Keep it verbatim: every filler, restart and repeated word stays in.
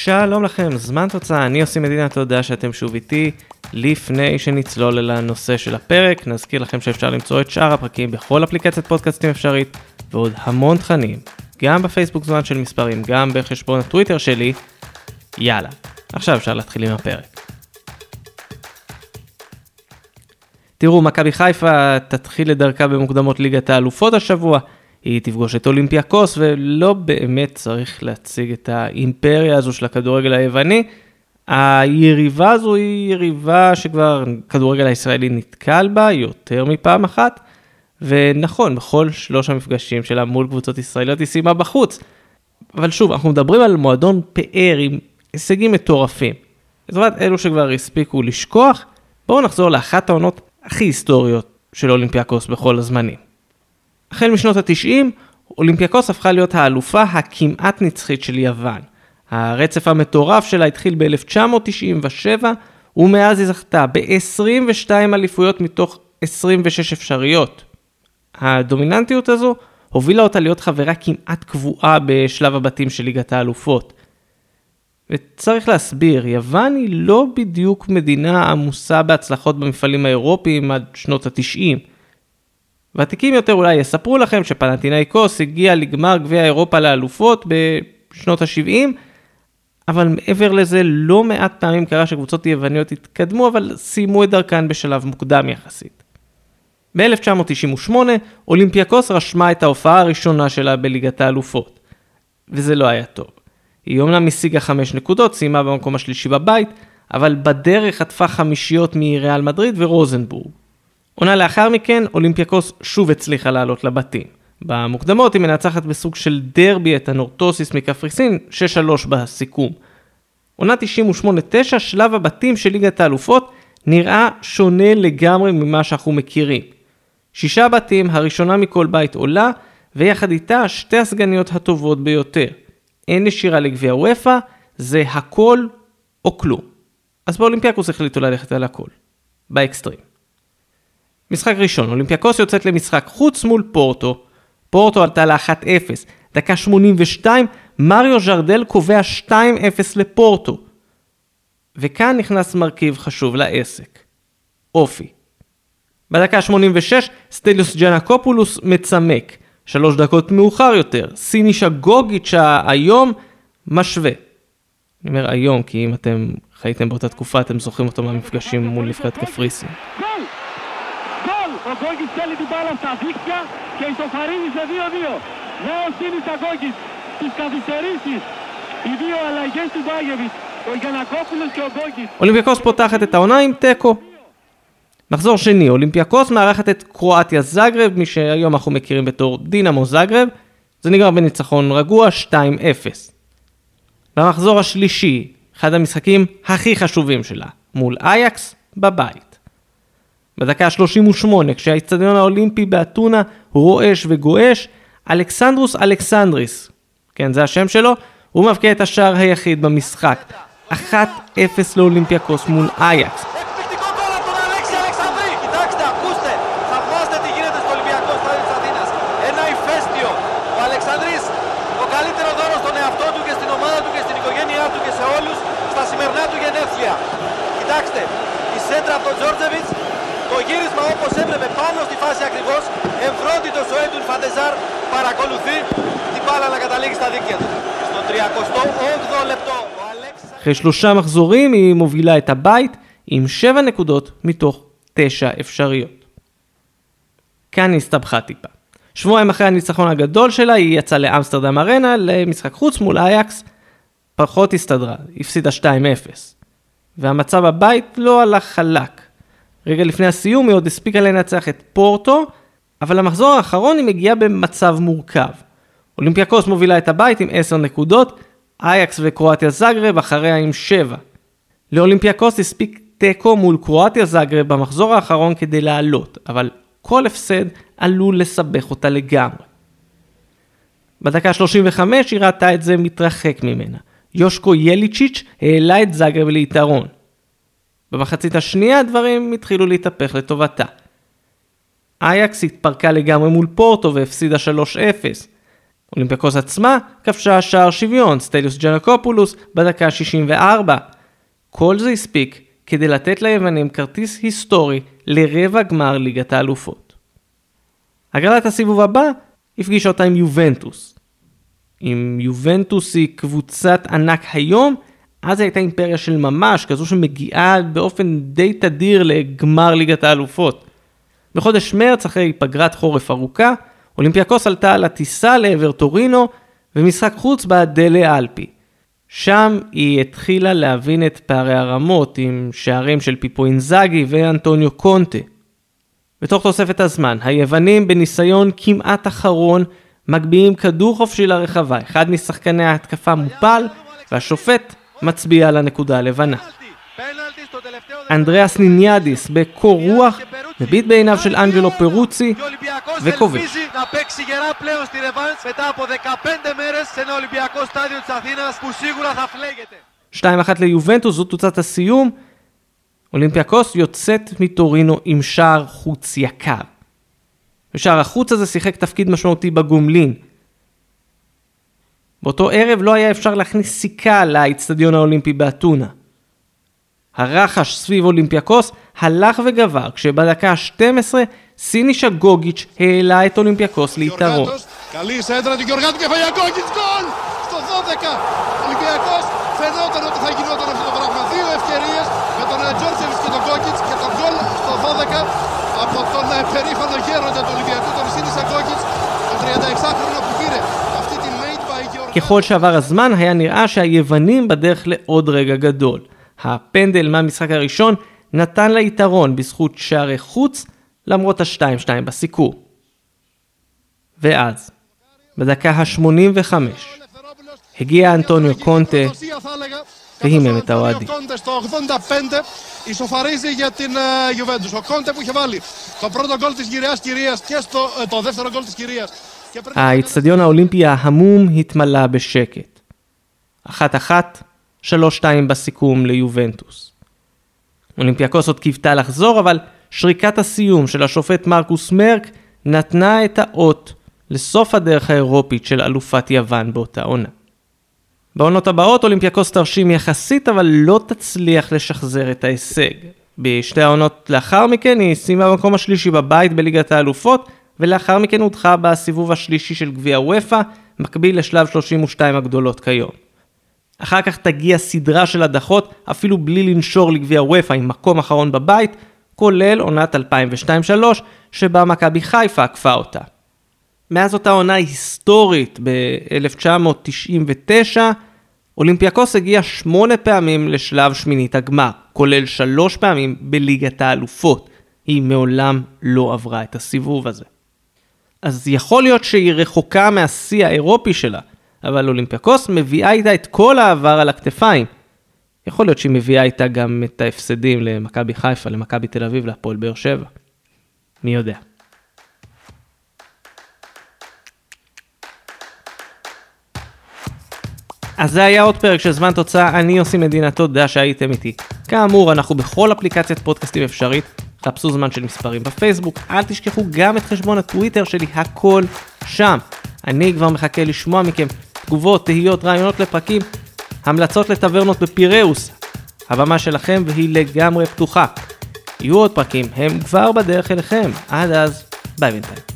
שלום לכם, זמן תוצאה, אני עושה מדינה, תודה שאתם שוב איתי. לפני שנצלול אל הנושא של הפרק, נזכיר לכם שאפשר למצוא את שאר הפרקים בכל אפליקציית פודקאסטים אפשרית, ועוד המון תכנים, גם בפייסבוק זמן של מספרים, גם בחשבון הטוויטר שלי. יאללה, עכשיו אפשר להתחיל עם הפרק. תראו, מכבי חיפה תתחיל לדרכה במוקדמות ליגת האלופות השבוע, היא תפגוש את אולימפיאקוס, ולא באמת צריך להציג את האימפריה הזו של הכדורגל היווני. היריבה הזו היא יריבה שכבר כדורגל הישראלי נתקל בה יותר מפעם אחת, ונכון, בכל שלוש המפגשים שלה מול קבוצות ישראליות היא סיימה בחוץ. אבל שוב, אנחנו מדברים על מועדון פאר עם הישגים מטורפים. זאת אומרת, אלו שכבר הספיקו לשכוח, בואו נחזור לאחת העונות הכי היסטוריות של אולימפיאקוס בכל הזמנים. החל משנות ה-תשעים, אולימפיאקוס הפכה להיות האלופה הכמעט נצחית של יוון. הרצף המטורף שלה התחיל ב-אלף תשע מאות תשעים ושבע, ומאז היא זכתה ב-עשרים ושתיים אליפויות מתוך עשרים ושש אפשריות. הדומיננטיות הזו הובילה אותה להיות חברה כמעט קבועה בשלב הבתים של ליגת האלופות. וצריך להסביר, יוון היא לא בדיוק מדינה עמוסה בהצלחות במפעלים האירופיים עד שנות ה-תשעים. ותיקים יותר אולי יספרו לכם שפנתינייקוס הגיע לגמר גביע אירופה לאלופות בשנות ה-שבעים, אבל מעבר לזה לא מעט פעמים קרה שקבוצות יווניות התקדמו, אבל סיימו את דרכן בשלב מוקדם יחסית. ב-אלף תשע מאות תשעים ושמונה אולימפיאקוס רשמה את ההופעה הראשונה שלה בליגת האלופות, וזה לא היה טוב. היא אומנם השיגה חמש נקודות, סיימה במקום השלישי בבית, אבל בדרך חטפה חמישיות מריאל מדריד ורוזנבורג. עונה לאחר מכן, אולימפיאקוס שוב הצליחה לעלות לבתים. במוקדמות היא מנצחת בסוג של דרבי את הנורטוסיס מקפריסין, שש שלוש בסיכום. עונה תשעים ושמונה תשע, שלב הבתים של ליגת האלופות, נראה שונה לגמרי ממה שאנחנו מכירים. שישה בתים, הראשונה מכל בית עולה, ויחד איתה שתי הסגניות הטובות ביותר. אין נשירה לגביע וופא, זה הכל או כלום. אז באולימפיאקוס החליטו ללכת על הכל. באקסטרים. משחק ראשון, אולימפיאקוס יוצאת למשחק חוץ מול פורטו. פורטו עלתה ל-אחת אפס. דקה שמונים ושתיים, מריו ז'רדל קובע שתיים אפס לפורטו. וכאן נכנס מרכיב חשוב לעסק. אופי. בדקה שמונים ושש, סטליוס ג'אנקופולוס מצמק. שלוש דקות מאוחר יותר, סינישה גוגיצ'ה היום משווה. אני אומר היום, כי אם אתם חייתם באותה תקופה, אתם זוכרים אותו מהמפגשים מול נבחרת קפריסין. Ο Γκόγκης θέλει την μπάλα στα δίκτυα και ισοφαρίζει σε δύο δύο. Νέος είναι στα Γκόγκης. Τις καθυστερήσεις. Οι δύο αλλαγές του Μπάγεβιτς. Ο Γιαννακόπουλος και ο Γκόγκης. אולימפיאקוס פותחת את העונה עם טקו. מחזור שני, אולימפיאקוס מארחת את קרואטיה זאגרב, מי שהיום אנחנו מכירים בתור דינמו זאגרב. זה נגמר בניצחון רגוע שתיים אפס. במחזור השלישי, אחד המשחקים הכי חשובים שלה, מול אייקס בבית. בדקה שלושים ושמונה, כשהאצטדיון האולימפי באתונה רועש וגועש, אלכסנדרוס אלכסנדריס, כן זה השם שלו, הוא מבקיע את השער היחיד במשחק. אחת אפס לאולימפיאקוס מול אייקס. Κοιτάξτε, η σέντρα από τον Τζόρτζεβιτς, το γύρισμα όπως έπρεπε πάνω στη φάση ακριβώς, εμφρόντιτος ο Έντουν Φαντεζάρ παρακολουθεί την μπάλα να καταλήγει στα δίκτυα του. Στο τριακοστό όγδοο λεπτό. אחרי שלושה מחזורים היא מובילה את הבית עם שבע נקודות מתוך תשע אפשריות. כאן היא הסתבכה טיפה. שבועיים אחרי הניצחון הגדול שלה היא יצאה לאמסטרדם ארנה למשחק חוץ מול אייקס, פחות הסתדרה, הפסידה שתיים אפס. והמצב בבית לא הלך חלק. רגע לפני הסיום היא עוד הספיקה לנצח את פורטו, אבל המחזור האחרון היא מגיעה במצב מורכב. אולימפיאקוס מובילה את הבית עם עשר נקודות, אייקס וקרואטיה זאגרב אחריה עם שבע. לאולימפיאקוס הספיק טקו מול קרואטיה זאגרב במחזור האחרון כדי לעלות, אבל כל הפסד עלול לסבך אותה לגמרי. בדקה שלושים וחמש היא ראתה את זה מתרחק ממנה. יושקו יליצ'יץ' העלה את זאגרב ליתרון. במחצית השנייה הדברים התחילו להתהפך לטובתה. אייקס התפרקה לגמרי מול פורטו והפסידה שלוש אפס. אולימפיאקוס עצמה כבשה שער שוויון, סטליוס ג'אנקופולוס, בדקה שישים וארבע. כל זה הספיק כדי לתת ליוונים כרטיס היסטורי לרבע גמר ליגת האלופות. הגרלת הסיבוב הבא הפגישה אותה עם יובנטוס. אם יובנטוס היא קבוצת ענק היום, אז הייתה אימפריה של ממש, כזו שמגיעה באופן די תדיר לגמר ליגת האלופות. בחודש מרץ, אחרי פגרת חורף ארוכה, אולימפיאקוס עלתה על הטיסה לעבר טורינו, ומשחק חוץ בדלה אלפי. שם היא התחילה להבין את פערי הרמות עם שערים של פיפו אינזאגי ואנטוניו קונטה. בתוך תוספת הזמן, היוונים בניסיון כמעט אחרון מגביעים כדור חופשי לרחבה. אחד משחקני ההתקפה מופל, והשופט מצביע על הנקודה הלבנה. אנדריאס ניניאדיס בקור רוח מביט בעיניו של אנג'לו פרוצי וכובש. שתיים אחת ליובנטוס, זו תוצאת הסיום. אולימפיאקוס יוצאת מטורינו עם שער חוץ יקר. ושער החוץ הזה שיחק תפקיד משמעותי בגומלין. באותו ערב לא היה אפשר להכניס סיכה לאצטדיון האולימפי באתונה. הרחש סביב אולימפיאקוס הלך וגבר, כשבדקה ה-שתים עשרה סינישה גוגיץ' העלה את אולימפיאקוס ליתרון. καλή σέντρα του Γιωργάτου και φάγει Γκόγκιτς, γκολ στο δώδεκα. Ολυμπιακός φαινόταν ότι θα γινόταν αυτό το πράγμα. Δύο ευκαιρίες με τον Τζόρτσεβιτς και τον Γκόγκιτς και τον γκολ στο δώδεκα από τον περήφανο γέροντα του Ολυμπιακού, τον Σίνισα Γκόγκιτς, τον τριανταεξάχρονο που πήρε αυτή τη made by Γιωργάτου. ככל שעבר הזמן היה נראה שהיוונים בדרך לעוד רגע גדול. הפנדל מהמשחק הראשון נתן לה יתרון בזכות שערי חוץ, למרות ה-שתיים שתיים בסיקור. ואז, בדקה ה-שמונים וחמש, הגיע אנטוניו קונטה והימם את האוהדים. Ισοφαρίζει για την Juventus. Ο Κόντε που είχε βάλει το πρώτο γκολ της γυραιάς κυρίας και στο, το δεύτερο γκολ της κυρίας. האצטדיון האולימפי ההמום התמלא בשקט. אחת אחת, שלוש שתיים בסיכום ליובנטוס. אולימפיאקוס עוד קיוותה לחזור, אבל שריקת הסיום של השופט מרקוס מרק נתנה את האות לסוף הדרך האירופית של אלופת יוון באותה עונה. בעונות הבאות אולימפיאקוס תרשים יחסית, אבל לא תצליח לשחזר את ההישג. בשתי העונות לאחר מכן היא סיימה במקום השלישי בבית בליגת האלופות, ולאחר מכן הודחה בסיבוב השלישי של גביע וופא, מקביל לשלב שלושים ושתיים הגדולות כיום. אחר כך תגיע סדרה של הדחות, אפילו בלי לנשור לגביע וופא עם מקום אחרון בבית, כולל עונת אלפיים ושתיים שלוש, שבה מכבי חיפה עקפה אותה. מאז אותה עונה היסטורית ב-אלף תשע מאות תשעים ותשע, אולימפיאקוס הגיע שמונה פעמים לשלב שמינית הגמר, כולל שלוש פעמים בליגת האלופות. היא מעולם לא עברה את הסיבוב הזה. אז יכול להיות שהיא רחוקה מהשיא האירופי שלה, אבל אולימפיאקוס מביאה איתה את כל העבר על הכתפיים. יכול להיות שהיא מביאה איתה גם את ההפסדים למכבי חיפה, למכבי תל אביב, להפועל באר שבע. מי יודע. אז זה היה עוד פרק של זמן תוצאה. אני עושה מדינה, תודה שהייתם איתי. כאמור, אנחנו בכל אפליקציית פודקאסטים אפשרית. חפשו זמן של מספרים בפייסבוק. אל תשכחו גם את חשבון הטוויטר שלי, הכל שם. אני כבר מחכה לשמוע מכם תגובות, תהיות, רעיונות לפרקים, המלצות לטברנות בפיראוס. הבמה שלכם והיא לגמרי פתוחה. יהיו עוד פרקים, הם כבר בדרך אליכם. עד אז, ביי בינתיים.